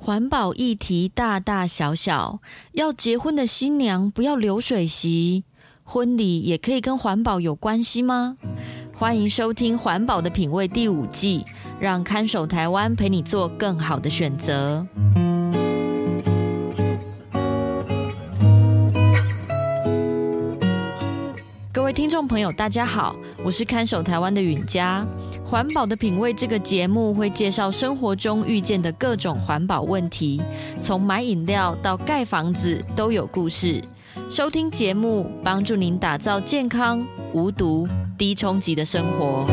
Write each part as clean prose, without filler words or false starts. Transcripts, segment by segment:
环保议题大大小小，要结婚的新娘不要流水席，婚礼也可以跟环保有关系吗？欢迎收听《环保的品味》第5季，让看守台湾陪你做更好的选择。各位听众朋友大家好，我是看守台湾的允嘉。环保的品味这个节目会介绍生活中遇见的各种环保问题，从买饮料到盖房子都有故事。收听节目，帮助您打造健康、无毒、低冲击的生活。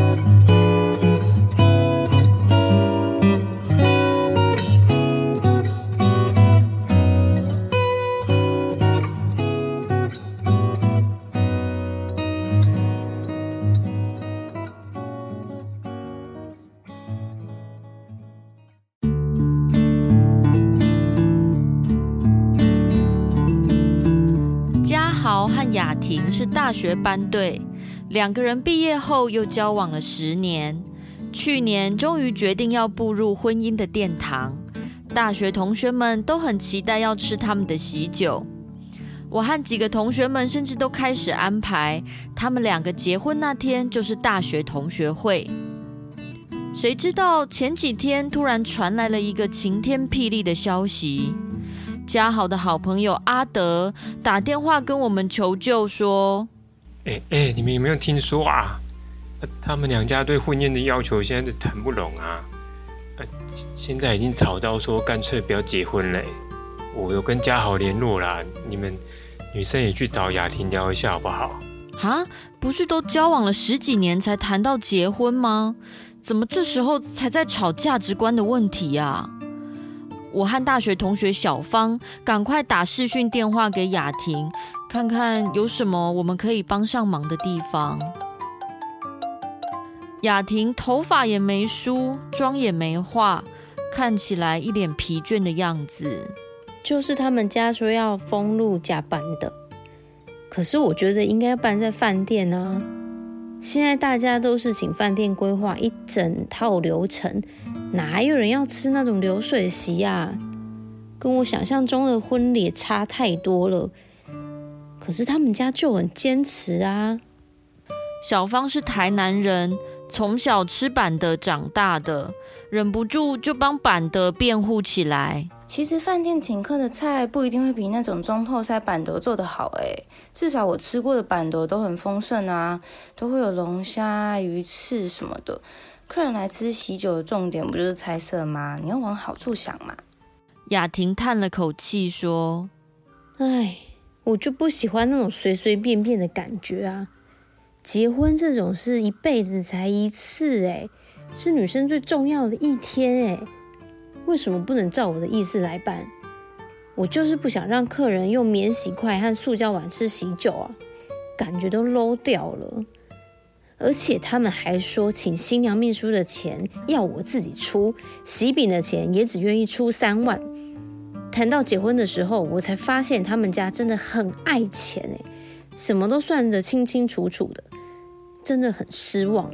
和雅婷是大学班队，2个人毕业后又交往了10年，去年终于决定要步入婚姻的殿堂。大学同学们都很期待要吃他们的喜酒，我和几个同学们甚至都开始安排他们2个结婚那天就是大学同学会。谁知道前几天突然传来了一个晴天霹雳的消息，嘉豪的好朋友阿德打电话跟我们求救说： 你们有没有听说啊？他们2家对婚宴的要求现在是谈不拢啊！现在已经吵到说干脆不要结婚了。我有跟嘉豪联络啦，你们女生也去找雅婷聊一下好不好？ 啊，不是都交往了10几年才谈到结婚吗？怎么这时候才在吵价值观的问题啊？我和大学同学小芳赶快打视讯电话给雅婷，看看有什么我们可以帮上忙的地方。雅婷头发也没梳，妆也没化，看起来一脸疲倦的样子。 就是他们家说要封路加办的，可是我觉得应该办在饭店啊。现在大家都是请饭店规划一整套流程，哪有人要吃那种流水席啊？跟我想象中的婚礼差太多了。可是他们家就很坚持啊。 小芳是台南人，从小吃板德长大的，忍不住就帮板德辩护起来。 其实饭店请客的菜不一定会比那种中破塞板德做得好至少我吃过的板德都很丰盛啊，都会有龙虾、鱼翅什么的。客人来吃喜酒的重点不就是菜色吗？你要往好处想嘛。 雅婷叹了口气说： 我就不喜欢那种随随便便的感觉啊。结婚这种事一辈子才一次是女生最重要的一天为什么不能照我的意思来办？我就是不想让客人用免洗筷和塑胶碗吃喜酒啊，感觉都 low 掉了。而且他们还说请新娘秘书的钱要我自己出，喜饼的钱也只愿意出3万。谈到结婚的时候，我才发现他们家真的很爱钱什么都算得清清楚楚的，真的很失望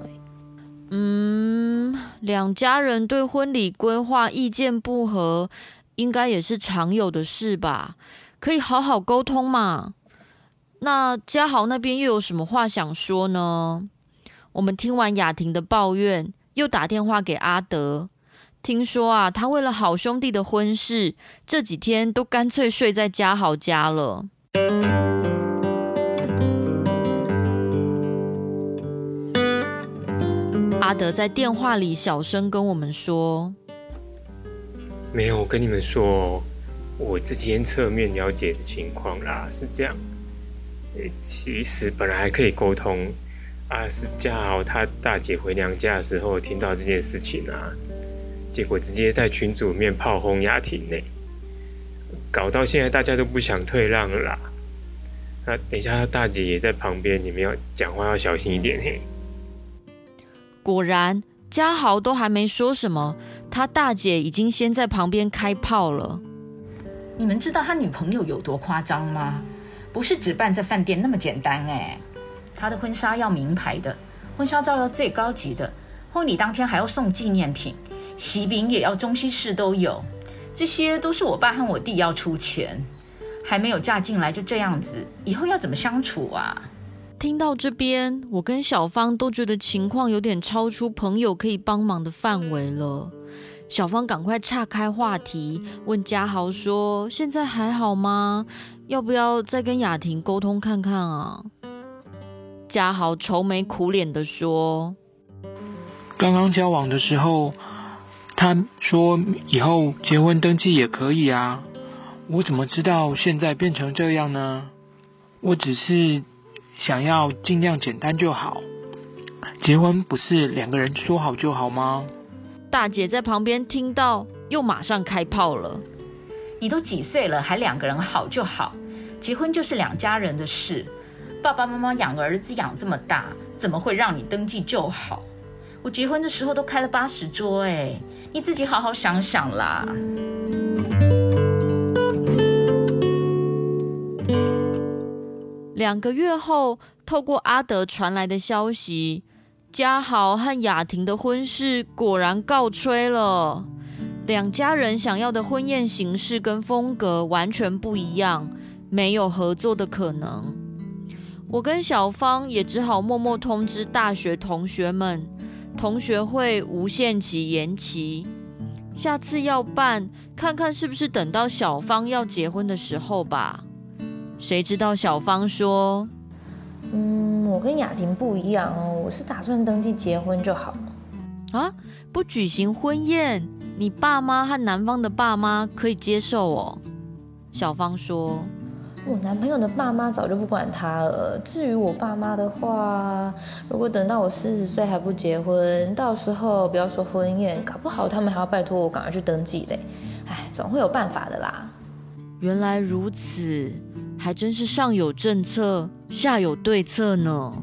2家人对婚礼规划意见不合，应该也是常有的事吧，可以好好沟通嘛。那嘉豪那边又有什么话想说呢？我们听完雅婷的抱怨，又打电话给阿德，听说他为了好兄弟的婚事，这几天都干脆睡在嘉豪家了。阿德在电话里小声跟我们说： 没有，我跟你们说，我这几天侧面了解的情况啦，是这样。其实本来还可以沟通是嘉豪他大姐回娘家的时候听到这件事情结果直接在群组里面炮轰雅婷搞到现在大家都不想退让了啦。那等一下他大姐也在旁边，你们要讲话要小心一点果然嘉豪都还没说什么，他大姐已经先在旁边开炮了。 你们知道他女朋友有多夸张吗？不是只办在饭店那么简单他的婚纱要名牌的，婚纱照要最高级的，婚礼当天还要送纪念品，喜饼也要中西式都有。 这些都是我爸和我弟要出钱，还没有嫁进来就这样子，以后要怎么相处啊？ 听到这边，我跟小芳都觉得情况有点超出朋友可以帮忙的范围了。小芳赶快岔开话题，问家豪说：“现在还好吗？要不要再跟雅婷沟通看看啊？”家豪愁眉苦脸的说：“ 刚刚交往的时候，他说以后结婚登记也可以啊，我怎么知道现在变成这样呢？我只是想要尽量简单就好，结婚不是2个人说好就好吗？” 大姐在旁边听到，又马上开炮了：“ 你都几岁了，还2个人好就好？结婚就是2家人的事。爸爸妈妈养儿子养这么大，怎么会让你登记就好？我结婚的时候都开了80桌，你自己好好想想啦。” 2个月后，透过阿德传来的消息，家豪和雅婷的婚事果然告吹了。2家人想要的婚宴形式跟风格完全不一样，没有合作的可能。我跟小芳也只好默默通知大学同学们，同学会无限期延期，下次要办，看看是不是等到小芳要结婚的时候吧。谁知道小芳说：“ 我跟雅婷不一样哦，我是打算登记结婚就好。” 啊，不举行婚宴，你爸妈和男方的爸妈可以接受哦？小芳说：“ 我男朋友的爸妈早就不管他了。至于我爸妈的话，如果等到我40岁还不结婚，到时候不要说婚宴，搞不好他们还要拜托我赶快去登记嘞。总会有办法的啦。” 原来如此，还真是上有政策，下有对策呢。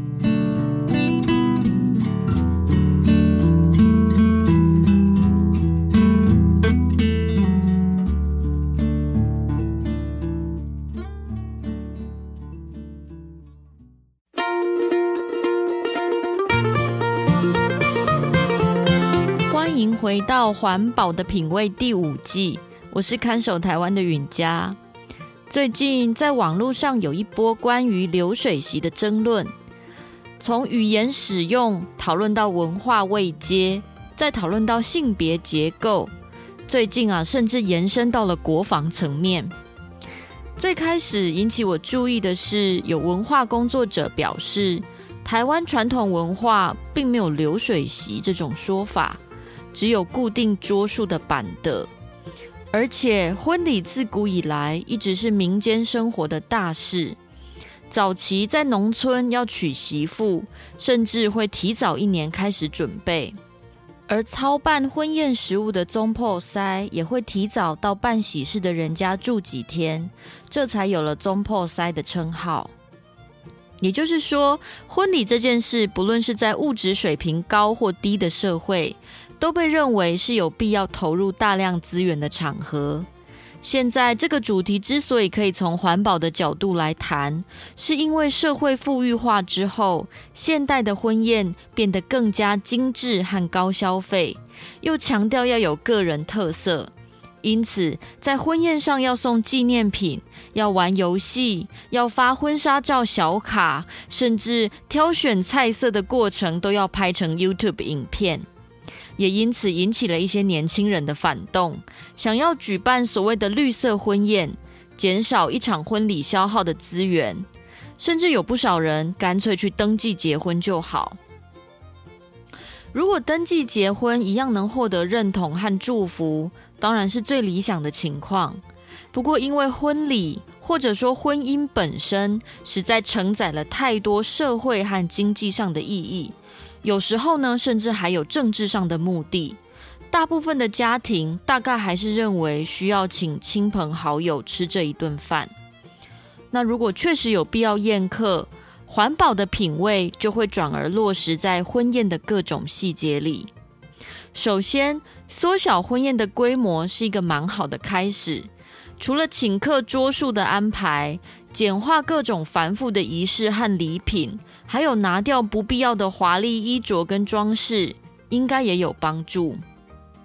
欢迎回到环保的品味第5季，我是看守台湾的允嘉。最近在网络上有一波关于流水席的争论，从语言使用讨论到文化位阶，再讨论到性别结构，最近甚至延伸到了国防层面。最开始引起我注意的是，有文化工作者表示，台湾传统文化并没有流水席这种说法，只有固定桌数的板的。而且婚礼自古以来一直是民间生活的大事，早期在农村要娶媳妇，甚至会提早1年开始准备，而操办婚宴食物的总舖师也会提早到办喜事的人家住几天，这才有了总舖师的称号。也就是说，婚礼这件事不论是在物质水平高或低的社会，都被认为是有必要投入大量资源的场合。现在这个主题之所以可以从环保的角度来谈，是因为社会富裕化之后，现代的婚宴变得更加精致和高消费，又强调要有个人特色。因此在婚宴上要送纪念品，要玩游戏，要发婚纱照小卡，甚至挑选菜色的过程都要拍成 YouTube 影片。也因此引起了一些年轻人的反动，想要举办所谓的绿色婚宴，减少一场婚礼消耗的资源，甚至有不少人干脆去登记结婚就好。如果登记结婚一样能获得认同和祝福，当然是最理想的情况。不过因为婚礼或者说婚姻本身实在承载了太多社会和经济上的意义，有时候呢甚至还有政治上的目的，大部分的家庭大概还是认为需要请亲朋好友吃这一顿饭。那如果确实有必要宴客，环保的品味就会转而落实在婚宴的各种细节里。首先，缩小婚宴的规模是一个蛮好的开始，除了请客桌数的安排，简化各种繁复的仪式和礼品，还有拿掉不必要的华丽衣着跟装饰，应该也有帮助。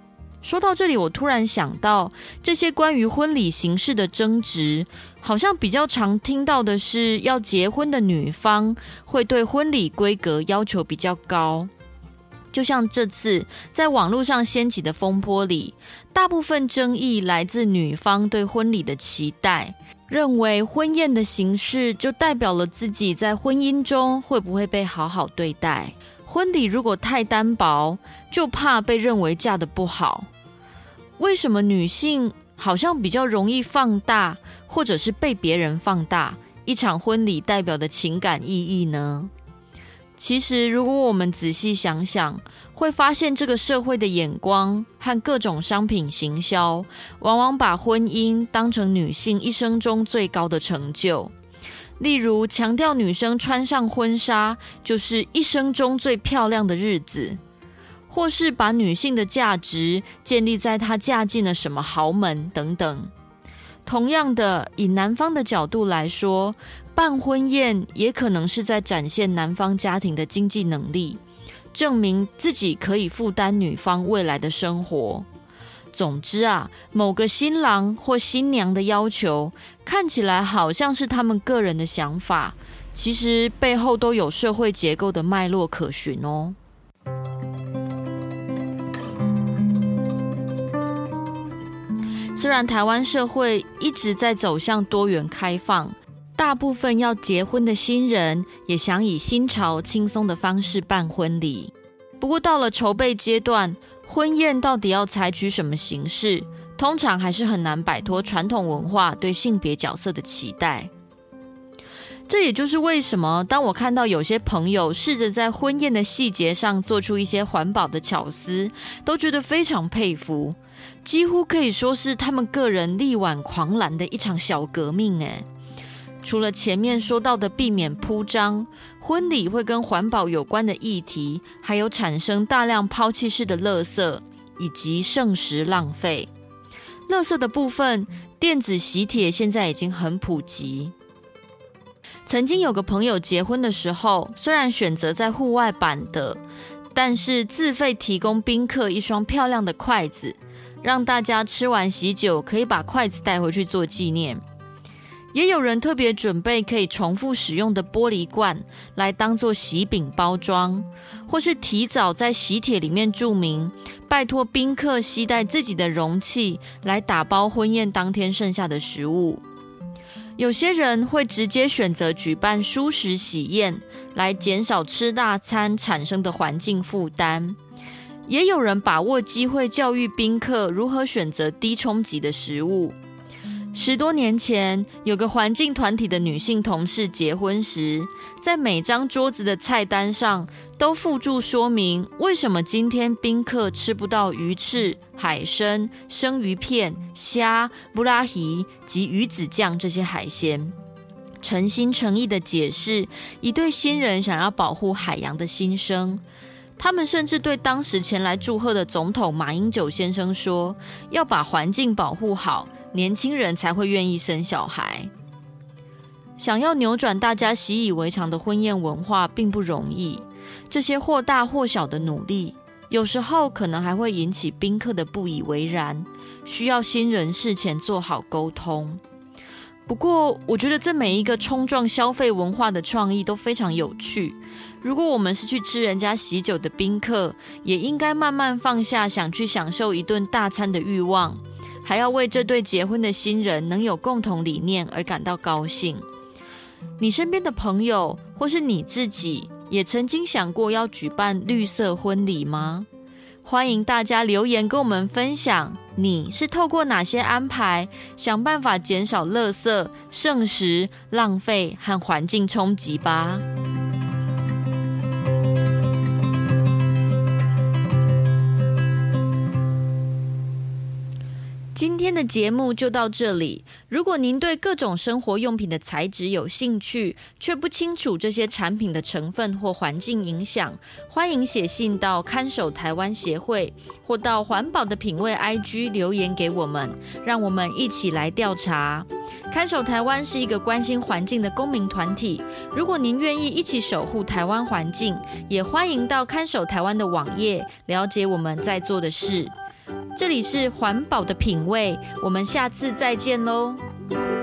说到这里，我突然想到，这些关于婚礼形式的争执，好像比较常听到的是，要结婚的女方会对婚礼规格要求比较高。就像这次在网络上掀起的风波里，大部分争议来自女方对婚礼的期待，认为婚宴的形式就代表了自己在婚姻中会不会被好好对待。婚礼如果太单薄，就怕被认为嫁得不好。为什么女性好像比较容易放大，或者是被别人放大一场婚礼代表的情感意义呢？其实如果我们仔细想想，会发现这个社会的眼光和各种商品行销，往往把婚姻当成女性一生中最高的成就。例如强调女生穿上婚纱就是一生中最漂亮的日子，或是把女性的价值建立在她嫁进了什么豪门等等。同样的，以男方的角度来说，办婚宴也可能是在展现男方家庭的经济能力，证明自己可以负担女方未来的生活。总之啊，某个新郎或新娘的要求看起来好像是他们个人的想法，其实背后都有社会结构的脉络可循哦。虽然台湾社会一直在走向多元开放，大部分要结婚的新人也想以新潮轻松的方式办婚礼。不过到了筹备阶段，婚宴到底要采取什么形式，通常还是很难摆脱传统文化对性别角色的期待。这也就是为什么当我看到有些朋友试着在婚宴的细节上做出一些环保的巧思，都觉得非常佩服，几乎可以说是他们个人力挽狂澜的一场小革命耶。除了前面说到的避免铺张，婚礼会跟环保有关的议题，还有产生大量抛弃式的垃圾，以及剩食浪费。垃圾的部分，电子喜帖现在已经很普及。曾经有个朋友结婚的时候，虽然选择在户外办的，但是自费提供宾客一双漂亮的筷子，让大家吃完喜酒可以把筷子带回去做纪念。也有人特别准备可以重复使用的玻璃罐来当做喜饼包装，或是提早在喜帖里面注明拜托宾客携带自己的容器来打包婚宴当天剩下的食物。有些人会直接选择举办蔬食喜宴，来减少吃大餐产生的环境负担。也有人把握机会教育宾客如何选择低冲击的食物。10多年前，有个环境团体的女性同事结婚时，在每张桌子的菜单上都附注说明为什么今天宾客吃不到鱼翅、海参、生鱼片、虾、布拉提及鱼子酱这些海鲜，诚心诚意的解释一对新人想要保护海洋的心声。他们甚至对当时前来祝贺的总统马英九先生说，要把环境保护好，年轻人才会愿意生小孩。想要扭转大家习以为常的婚宴文化并不容易，这些或大或小的努力，有时候可能还会引起宾客的不以为然，需要新人事前做好沟通。不过我觉得这每一个冲撞消费文化的创意都非常有趣，如果我们是去吃人家喜酒的宾客，也应该慢慢放下想去享受一顿大餐的欲望，还要为这对结婚的新人能有共同理念而感到高兴。你身边的朋友或是你自己也曾经想过要举办绿色婚礼吗？欢迎大家留言跟我们分享，你是透过哪些安排想办法减少垃圾、剩食、浪费和环境冲击吧。今天的节目就到这里。如果您对各种生活用品的材质有兴趣，却不清楚这些产品的成分或环境影响，欢迎写信到看守台湾协会，或到环保的品味 IG 留言给我们，让我们一起来调查。看守台湾是一个关心环境的公民团体，如果您愿意一起守护台湾环境，也欢迎到看守台湾的网页了解我们在做的事。 这里是环保的品味，我们下次再见喽。